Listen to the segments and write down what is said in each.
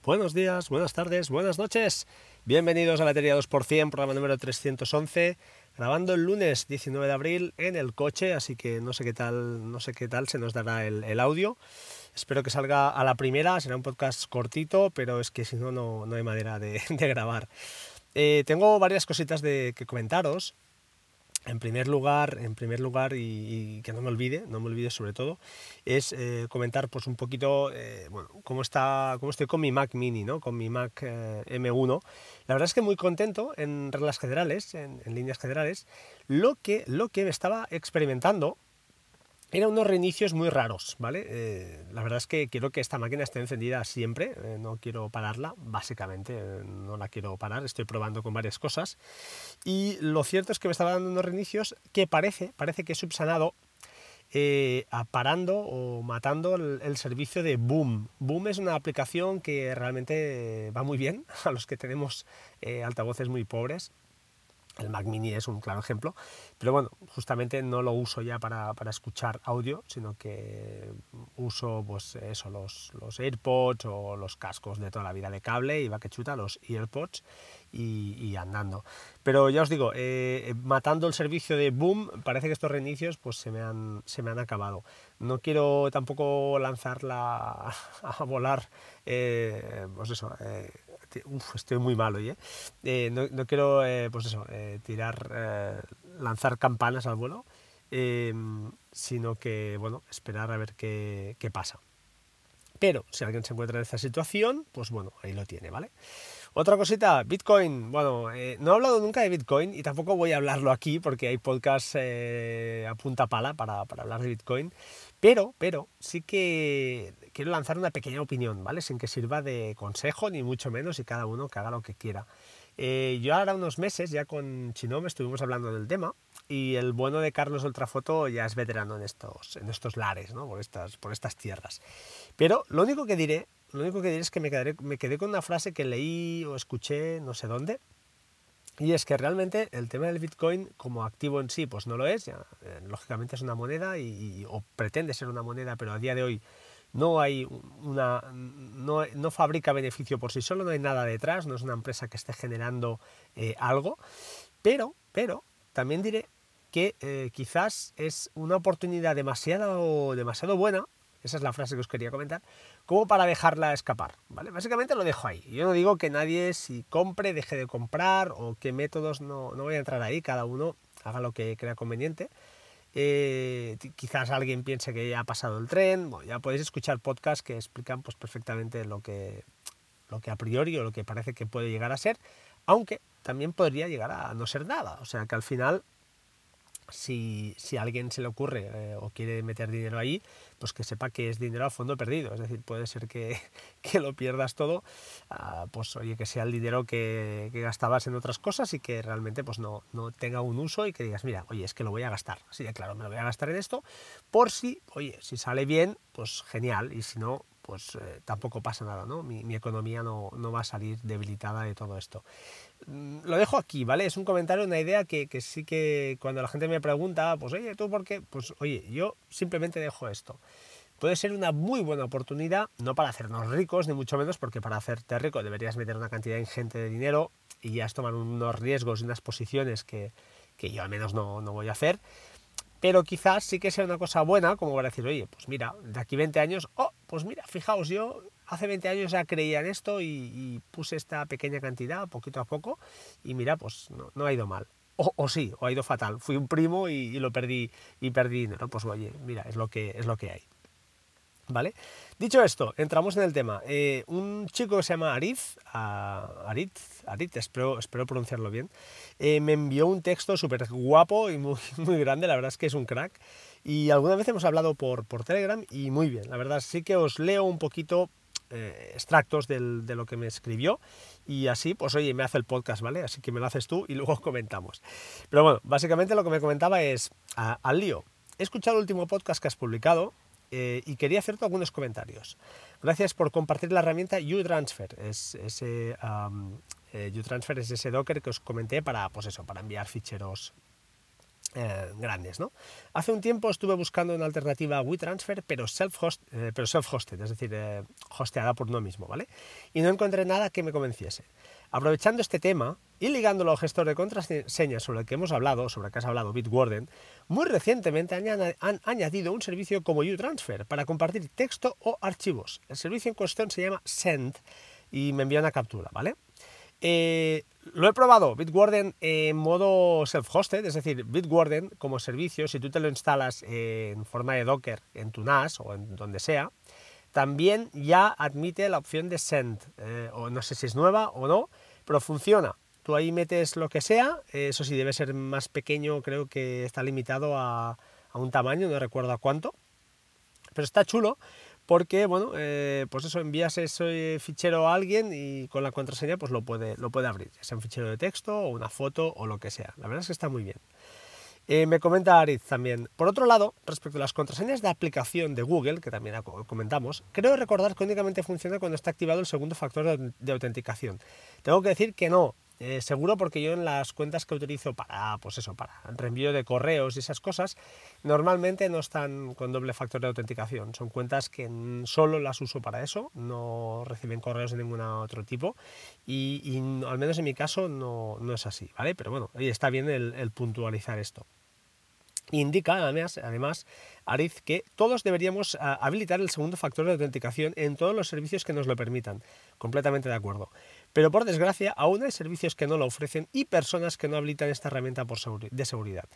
Buenos días, buenas tardes, buenas noches. Bienvenidos a Batería 2%, programa número 311, grabando el lunes 19 de abril en el coche, así que no sé qué tal se nos dará el audio. Espero que salga a la primera, será un podcast cortito, pero es que si no, no hay manera de grabar. Tengo varias cositas que comentaros. En primer lugar, y que no me olvide sobre todo, es comentar pues un poquito cómo estoy con mi Mac Mini, ¿no? Con mi Mac M1. La verdad es que muy contento en reglas generales, en líneas generales. Lo que me estaba experimentando eran unos reinicios muy raros, ¿vale? La verdad es que quiero que esta máquina esté encendida siempre, no quiero pararla, básicamente, no la quiero parar, estoy probando con varias cosas. Y lo cierto es que me estaba dando unos reinicios que parece que he subsanado parando o matando el servicio de Boom. Boom es una aplicación que realmente va muy bien a los que tenemos altavoces muy pobres. El Mac Mini es un claro ejemplo, pero bueno, justamente no lo uso ya para escuchar audio, sino que uso pues eso, los AirPods o los cascos de toda la vida de cable, y va que chuta, los AirPods y andando. Pero ya os digo, matando el servicio de Boom, parece que estos reinicios pues se me han acabado. No quiero tampoco lanzarla a volar, pues eso, estoy muy malo hoy, no quiero lanzar campanas al vuelo, sino que bueno, esperar a ver qué pasa. Pero si alguien se encuentra en esta situación, pues bueno, ahí lo tiene, ¿vale? Otra cosita, Bitcoin. Bueno, no he hablado nunca de Bitcoin y tampoco voy a hablarlo aquí porque hay podcasts a punta pala para hablar de Bitcoin. Pero sí que quiero lanzar una pequeña opinión, ¿vale? Sin que sirva de consejo, ni mucho menos, y cada uno que haga lo que quiera. Yo ahora unos meses ya con Chinome estuvimos hablando del tema, y el bueno de Carlos Ultrafoto ya es veterano en estos lares, ¿no? Por estas tierras. Pero lo único que diré es que me quedé con una frase que leí o escuché no sé dónde, y es que realmente el tema del Bitcoin como activo en sí pues no lo es. Ya, lógicamente es una moneda o pretende ser una moneda, pero a día de hoy no hay no fabrica beneficio por sí solo, no hay nada detrás, no es una empresa que esté generando algo, pero también diré que quizás es una oportunidad demasiado buena. Esa es la frase que os quería comentar, como para dejarla escapar, ¿vale? Básicamente lo dejo ahí. Yo no digo que nadie, si compre, deje de comprar, o qué métodos, no voy a entrar ahí, cada uno haga lo que crea conveniente. Quizás alguien piense que ya ha pasado el tren. Bueno, ya podéis escuchar podcasts que explican pues perfectamente lo que a priori o lo que parece que puede llegar a ser, aunque también podría llegar a no ser nada. O sea que al final, si a alguien se le ocurre o quiere meter dinero ahí, pues que sepa que es dinero a fondo perdido. Es decir, puede ser que lo pierdas todo, pues oye, que sea el dinero que gastabas en otras cosas y que realmente pues no tenga un uso, y que digas, mira, oye, es que lo voy a gastar. Así de claro, me lo voy a gastar en esto, por si, oye, si sale bien, pues genial, y si no, pues tampoco pasa nada, ¿no? Mi economía no va a salir debilitada de todo esto. Lo dejo aquí, ¿vale? Es un comentario, una idea que sí que cuando la gente me pregunta, pues oye, ¿tú por qué? Pues oye, yo simplemente dejo esto. Puede ser una muy buena oportunidad, no para hacernos ricos, ni mucho menos, porque para hacerte rico deberías meter una cantidad ingente de dinero y ya es tomar unos riesgos y unas posiciones que yo al menos no voy a hacer. Pero quizás sí que sea una cosa buena, como para decir, oye, pues mira, de aquí 20 años, pues mira, fijaos, yo hace 20 años ya creía en esto y puse esta pequeña cantidad, poquito a poco, y mira, pues no ha ido mal. O sí, o ha ido fatal. Fui un primo y lo perdí, y perdí dinero. Pues oye, mira, es lo que hay. ¿Vale? Dicho esto, entramos en el tema. Un chico que se llama Arit, espero pronunciarlo bien, me envió un texto súper guapo y muy grande. La verdad es que es un crack. Y alguna vez hemos hablado por Telegram, y muy bien. La verdad sí que os leo un poquito extractos de lo que me escribió, y así, pues oye, me hace el podcast, ¿vale? Así que me lo haces tú y luego comentamos. Pero bueno, básicamente lo que me comentaba es, al lío, he escuchado el último podcast que has publicado, y quería hacerte algunos comentarios. Gracias por compartir la herramienta uTransfer. uTransfer es ese Docker que os comenté para, pues eso, para enviar ficheros grandes, ¿no? Hace un tiempo estuve buscando una alternativa a WeTransfer, pero self-hosted, es decir, hosteada por uno mismo, ¿vale? Y no encontré nada que me convenciese. Aprovechando este tema y ligándolo al gestor de contraseñas sobre el que hemos hablado, sobre el que has hablado, Bitwarden, muy recientemente han añadido un servicio como WeTransfer para compartir texto o archivos. El servicio en cuestión se llama Send y me envía una captura, ¿vale? Lo he probado, Bitwarden en modo self-hosted, es decir, Bitwarden como servicio, si tú te lo instalas en forma de Docker en tu NAS o en donde sea, también ya admite la opción de Send, o no sé si es nueva o no, pero funciona. Tú ahí metes lo que sea, eso sí debe ser más pequeño, creo que está limitado a un tamaño, no recuerdo a cuánto, pero está chulo porque, bueno, pues eso, envías ese fichero a alguien y con la contraseña pues lo puede abrir, ya sea un fichero de texto o una foto o lo que sea. La verdad es que está muy bien. Me comenta Aritz también. Por otro lado, respecto a las contraseñas de aplicación de Google, que también comentamos, creo recordar que únicamente funciona cuando está activado el segundo factor de autenticación. Tengo que decir que no. Seguro porque yo en las cuentas que utilizo para, pues eso, para reenvío de correos y esas cosas, normalmente no están con doble factor de autenticación. Son cuentas que solo las uso para eso, no reciben correos de ningún otro tipo y al menos en mi caso no es así, ¿vale? Pero bueno, ahí está bien el puntualizar esto. Indica además Ariz que todos deberíamos habilitar el segundo factor de autenticación en todos los servicios que nos lo permitan. Completamente de acuerdo. Pero por desgracia, aún hay servicios que no lo ofrecen y personas que no habilitan esta herramienta de seguridad.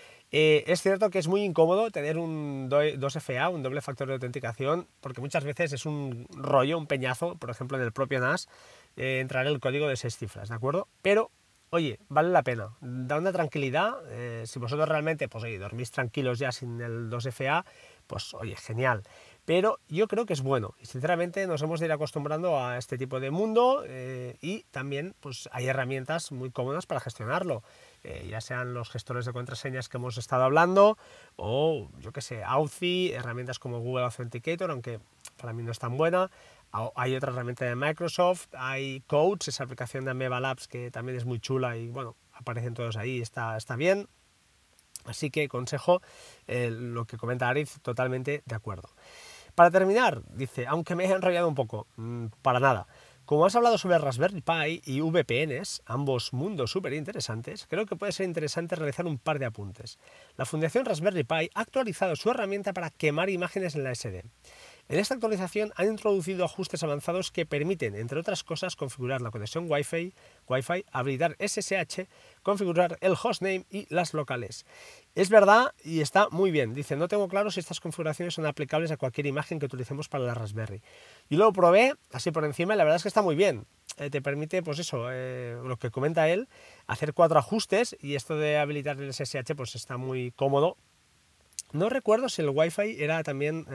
Es cierto que es muy incómodo tener un 2FA, un doble factor de autenticación, porque muchas veces es un rollo, un peñazo, por ejemplo en el propio NAS, entrar el código de 6 cifras, ¿de acuerdo? Pero oye, vale la pena, da una tranquilidad, si vosotros realmente, pues oye, dormís tranquilos ya sin el 2FA, pues oye, genial. Pero yo creo que es bueno y sinceramente nos hemos de ir acostumbrando a este tipo de mundo y también pues hay herramientas muy cómodas para gestionarlo, ya sean los gestores de contraseñas que hemos estado hablando o yo que sé, Authy, herramientas como Google Authenticator, aunque para mí no es tan buena. Hay otra herramienta de Microsoft, hay Codes, esa aplicación de Ameba Labs que también es muy chula y bueno, aparecen todos ahí, está bien. Así que consejo lo que comenta Ariz, totalmente de acuerdo. Para terminar, dice, aunque me he enrollado un poco, para nada. Como has hablado sobre Raspberry Pi y VPNs, ambos mundos súper interesantes, creo que puede ser interesante realizar un par de apuntes. La Fundación Raspberry Pi ha actualizado su herramienta para quemar imágenes en la SD. En esta actualización han introducido ajustes avanzados que permiten, entre otras cosas, configurar la conexión Wi-Fi, habilitar SSH, configurar el hostname y las locales. Es verdad y está muy bien. Dice, no tengo claro si estas configuraciones son aplicables a cualquier imagen que utilicemos para la Raspberry. Yo lo probé así por encima y la verdad es que está muy bien. Te permite, pues eso, lo que comenta él, hacer 4 ajustes y esto de habilitar el SSH pues está muy cómodo. No recuerdo si el Wi-Fi era también...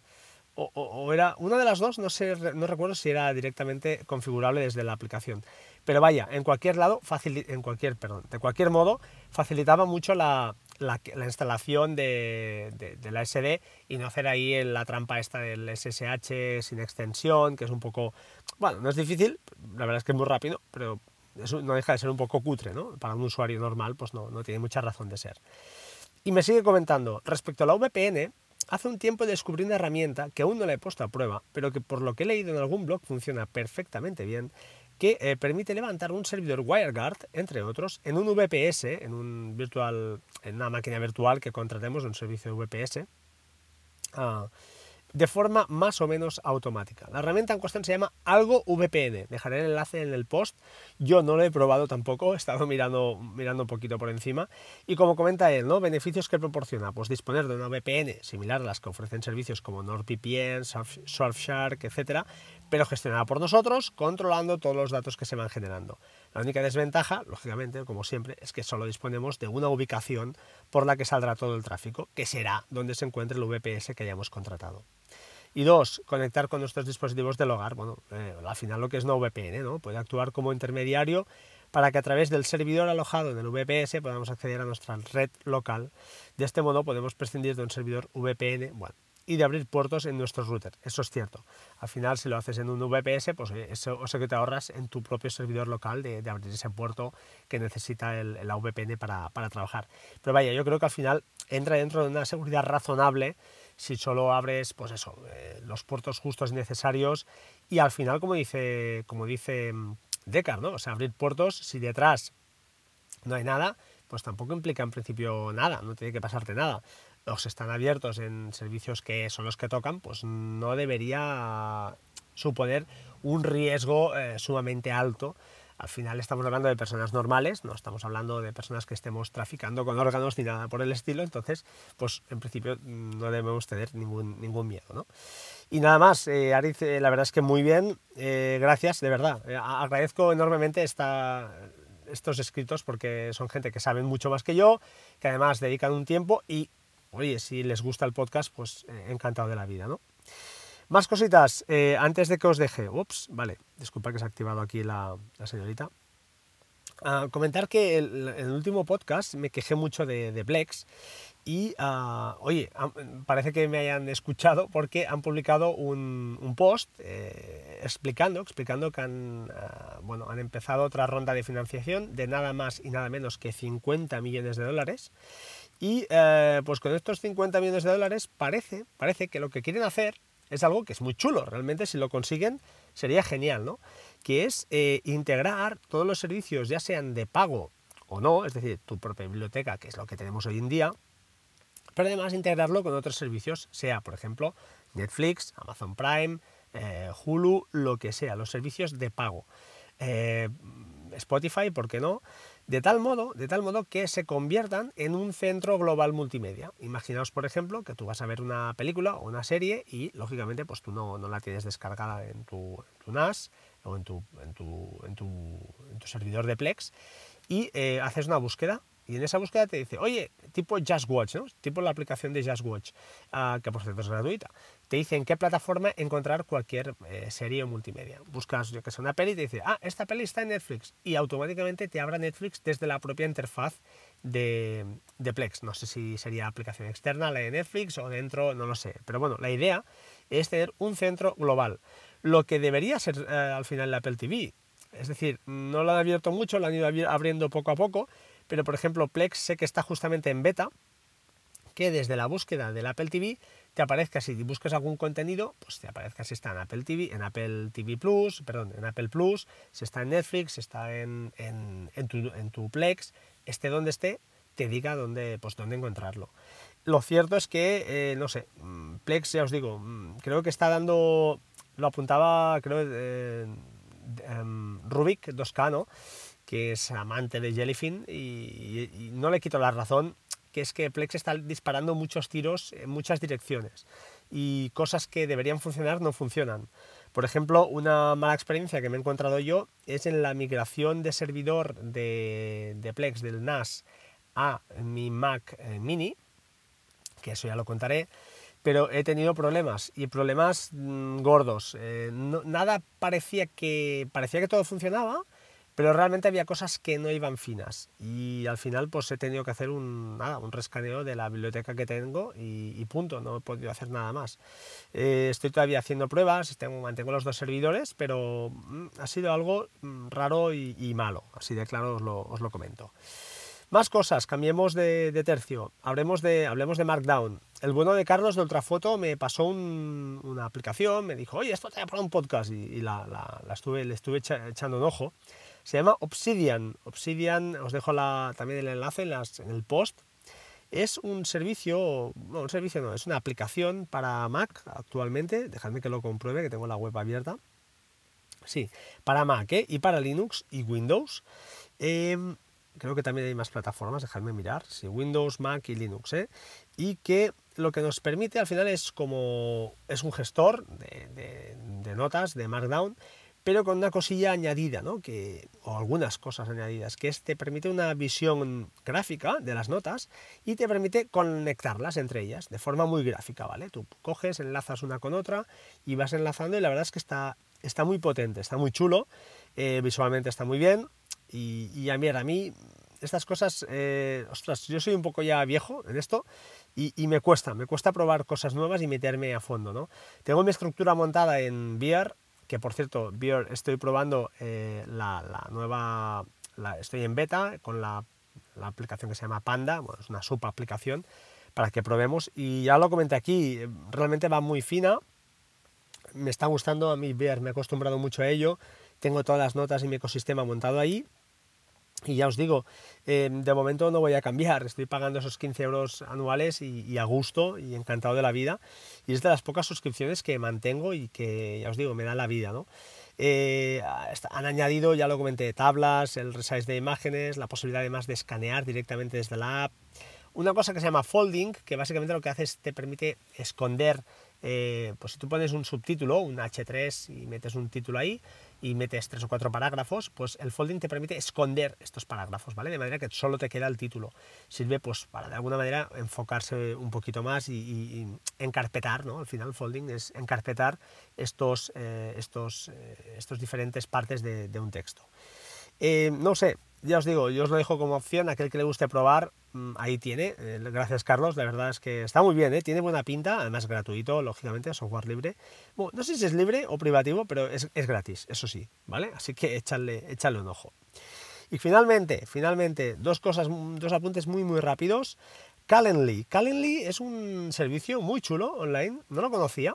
o era una de las dos, no recuerdo si era directamente configurable desde la aplicación. Pero vaya, de cualquier modo, facilitaba mucho la instalación de la SD y no hacer ahí la trampa esta del SSH sin extensión, que es un poco... Bueno, no es difícil, la verdad es que es muy rápido, pero eso no deja de ser un poco cutre, ¿no? Para un usuario normal, pues no tiene mucha razón de ser. Y me sigue comentando, respecto a la VPN, hace un tiempo descubrí una herramienta que aún no la he puesto a prueba, pero que por lo que he leído en algún blog funciona perfectamente bien, que permite levantar un servidor WireGuard, entre otros, en un VPS, en una máquina virtual que contratemos, un servicio de VPS, de forma más o menos automática. La herramienta en cuestión se llama Algo VPN. Dejaré el enlace en el post. Yo no lo he probado tampoco, he estado mirando un poquito por encima. Y como comenta él, ¿no? Beneficios que proporciona, pues disponer de una VPN similar a las que ofrecen servicios como NordVPN, Surfshark, etcétera, pero gestionada por nosotros, controlando todos los datos que se van generando. La única desventaja, lógicamente, como siempre, es que solo disponemos de una ubicación por la que saldrá todo el tráfico, que será donde se encuentre el VPS que hayamos contratado. Y 2, conectar con nuestros dispositivos del hogar. Bueno, al final lo que es una VPN, ¿no? Puede actuar como intermediario para que a través del servidor alojado en el VPS podamos acceder a nuestra red local. De este modo podemos prescindir de un servidor VPN, bueno, y de abrir puertos en nuestro router. Eso es cierto. Al final, si lo haces en un VPS, pues eso que te ahorras en tu propio servidor local de abrir ese puerto que necesita la VPN para trabajar. Pero vaya, yo creo que al final entra dentro de una seguridad razonable si solo abres, pues eso, los puertos justos y necesarios, y al final, como dice Decar, ¿no? O sea, abrir puertos, si detrás no hay nada, pues tampoco implica en principio nada, no tiene que pasarte nada. Los están abiertos en servicios que son los que tocan, pues no debería suponer un riesgo sumamente alto. Al final estamos hablando de personas normales, no estamos hablando de personas que estemos traficando con órganos ni nada por el estilo, entonces, pues en principio no debemos tener ningún miedo, ¿no? Y nada más, Aritz, la verdad es que muy bien, gracias, de verdad. Agradezco enormemente estos escritos porque son gente que saben mucho más que yo, que además dedican un tiempo y, oye, si les gusta el podcast, pues encantado de la vida, ¿no? Más cositas, antes de que os deje. Ups, vale, disculpa que se ha activado aquí la señorita. Comentar que en el último podcast me quejé mucho de Plex y, oye, parece que me hayan escuchado porque han publicado un post explicando que han empezado otra ronda de financiación de nada más y nada menos que 50 millones de dólares. Y pues con estos 50 millones de dólares parece que lo que quieren hacer es algo que es muy chulo, realmente si lo consiguen sería genial, ¿no? Que es integrar todos los servicios, ya sean de pago o no, es decir, tu propia biblioteca, que es lo que tenemos hoy en día, pero además integrarlo con otros servicios, sea, por ejemplo, Netflix, Amazon Prime, Hulu, lo que sea, los servicios de pago. Spotify, ¿por qué no? De tal modo que se conviertan en un centro global multimedia. Imaginaos, por ejemplo, que tú vas a ver una película o una serie y, lógicamente, pues tú no la tienes descargada en tu NAS o en tu servidor de Plex y haces una búsqueda. Y en esa búsqueda te dice, oye, tipo Just Watch, ¿no? Tipo la aplicación de Just Watch, que por cierto es gratuita. Te dice en qué plataforma encontrar cualquier serie o multimedia. Buscas, yo que sé, una peli y te dice, esta peli está en Netflix. Y automáticamente te abra Netflix desde la propia interfaz de Plex. No sé si sería aplicación externa, la de Netflix, o dentro, no lo sé. Pero bueno, la idea es tener un centro global. Lo que debería ser al final la Apple TV. Es decir, no lo han abierto mucho, lo han ido abriendo poco a poco, pero por ejemplo Plex sé que está justamente en beta, que desde la búsqueda del Apple TV te aparezca, si buscas algún contenido, pues te aparezca si está en Apple TV, en Apple TV Plus, perdón, en Apple Plus, si está en Netflix, si está en tu Plex, esté donde esté, te diga dónde encontrarlo. Lo cierto es que, no sé, Plex, ya os digo, creo que está dando, lo apuntaba, creo, Rubik 2K, ¿no? Que es amante de Jellyfin y no le quito la razón, que es que Plex está disparando muchos tiros en muchas direcciones y cosas que deberían funcionar no funcionan. Por ejemplo, una mala experiencia que me he encontrado yo es en la migración de servidor de Plex del NAS a mi Mac Mini, que eso ya lo contaré, pero he tenido problemas y problemas gordos. Nada parecía que todo funcionaba, pero realmente había cosas que no iban finas y al final pues he tenido que hacer un rescaneo de la biblioteca que tengo y punto, no he podido hacer nada más. Estoy todavía haciendo pruebas, mantengo los dos servidores, pero ha sido algo raro y malo, así de claro os lo comento. Más cosas, cambiemos de tercio, hablemos de Markdown. El bueno de Carlos de Ultrafoto me pasó una aplicación, me dijo, oye, esto te va para un podcast y le estuve echando un ojo. Se llama Obsidian. Obsidian, os dejo también el enlace en el post. Es un servicio, es una aplicación para Mac actualmente. Dejadme que lo compruebe, que tengo la web abierta. Sí, para Mac y para Linux y Windows. Creo que también hay más plataformas, dejadme mirar. Sí, Windows, Mac y Linux. Y que lo que nos permite al final es es un gestor de notas, de Markdown, pero con una cosilla añadida, ¿no? O algunas cosas añadidas, que te permite una visión gráfica de las notas y te permite conectarlas entre ellas de forma muy gráfica, ¿vale? Tú coges, enlazas una con otra y vas enlazando y la verdad es que está muy potente, está muy chulo, visualmente está muy bien y a mí estas cosas, ostras, yo soy un poco ya viejo en esto y me cuesta probar cosas nuevas y meterme a fondo, ¿no? Tengo mi estructura montada en Bear, que por cierto, Bear estoy probando la nueva, estoy en beta con la aplicación que se llama Panda, bueno, es una subaplicación para que probemos y ya lo comenté aquí, realmente va muy fina, me está gustando a mí Bear, me he acostumbrado mucho a ello, tengo todas las notas y mi ecosistema montado ahí. Y ya os digo, de momento no voy a cambiar, estoy pagando esos 15 euros anuales y a gusto y encantado de la vida. Y es de las pocas suscripciones que mantengo y que, ya os digo, me da la vida, ¿no? Han añadido, ya lo comenté, tablas, el resize de imágenes, la posibilidad además de escanear directamente desde la app. Una cosa que se llama folding, que básicamente lo que hace es te permite esconder, pues si tú pones un subtítulo, un H3 y metes un título ahí y metes 3 o 4 parágrafos, pues el folding te permite esconder estos parágrafos, ¿vale? De manera que solo te queda el título. Sirve pues para de alguna manera enfocarse un poquito más y encarpetar, ¿no? Al final el folding es encarpetar estos diferentes partes de un texto. No sé, ya os digo, yo os lo dejo como opción, aquel que le guste probar, ahí tiene, gracias Carlos, la verdad es que está muy bien, tiene buena pinta, además gratuito, lógicamente, software libre. Bueno, no sé si es libre o privativo, pero es gratis, eso sí, ¿vale? Así que échale un ojo. Y finalmente, dos apuntes muy rápidos. Calendly. Calendly es un servicio muy chulo online, no lo conocía,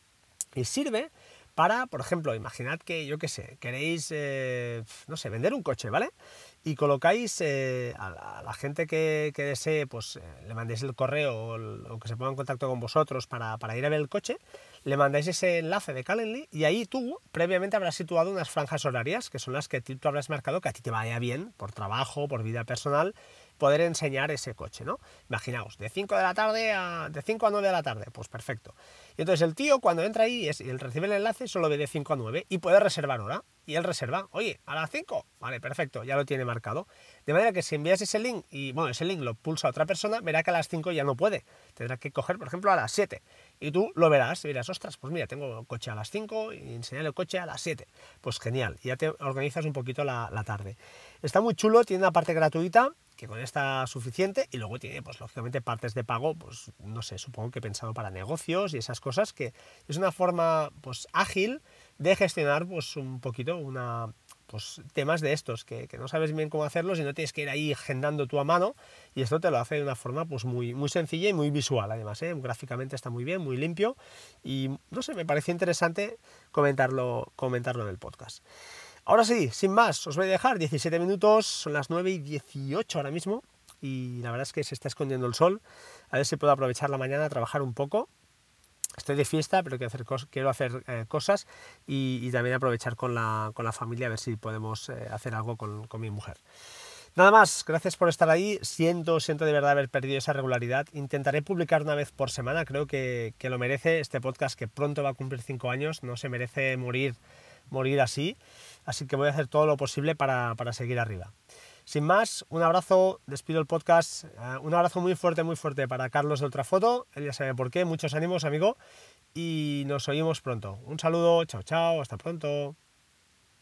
y sirve para, por ejemplo, imaginad que, yo qué sé, queréis, no sé, vender un coche, ¿vale? Y colocáis a la gente que desee, pues le mandéis el correo o que se ponga en contacto con vosotros para ir a ver el coche, le mandáis ese enlace de Calendly y ahí tú previamente habrás situado unas franjas horarias que son las que tú habrás marcado que a ti te vaya bien, por trabajo, por vida personal, poder enseñar ese coche, ¿no? Imaginaos, de 5 a 9 de la tarde, pues perfecto. Y entonces el tío cuando entra ahí y él recibe el enlace solo ve de 5 a 9 y puede reservar hora. Y él reserva, oye, a las 5, vale, perfecto, ya lo tiene marcado. De manera que si envías ese link y, bueno, ese link lo pulsa otra persona, verá que a las 5 ya no puede. Tendrá que coger, por ejemplo, a las 7. Y tú lo verás y dirás, ostras, pues mira, tengo coche a las 5 y enseñar el coche a las 7. Pues genial, ya te organizas un poquito la tarde. Está muy chulo, tiene una parte gratuita, que con esta suficiente, y luego tiene, pues lógicamente, partes de pago, pues no sé, supongo que pensado para negocios y esas cosas, que es una forma, pues ágil de gestionar, pues un poquito pues temas de estos, que no sabes bien cómo hacerlos y no tienes que ir ahí agendando tú a mano, y esto te lo hace de una forma pues muy sencilla y muy visual, además, gráficamente está muy bien, muy limpio, y no sé, me pareció interesante comentarlo en el podcast. Ahora sí, sin más, os voy a dejar 17 minutos, son las 9:18 ahora mismo y la verdad es que se está escondiendo el sol. A ver si puedo aprovechar la mañana a trabajar un poco. Estoy de fiesta, pero quiero hacer cosas y también aprovechar con la familia a ver si podemos hacer algo con mi mujer. Nada más, gracias por estar ahí. Siento de verdad haber perdido esa regularidad. Intentaré publicar una vez por semana, creo que lo merece este podcast que pronto va a cumplir 5 años, no se merece morir así. Así que voy a hacer todo lo posible para seguir arriba. Sin más, un abrazo, despido el podcast, un abrazo muy fuerte para Carlos de Ultrafoto, él ya sabe por qué, muchos ánimos amigo y nos oímos pronto. Un saludo, chao, hasta pronto.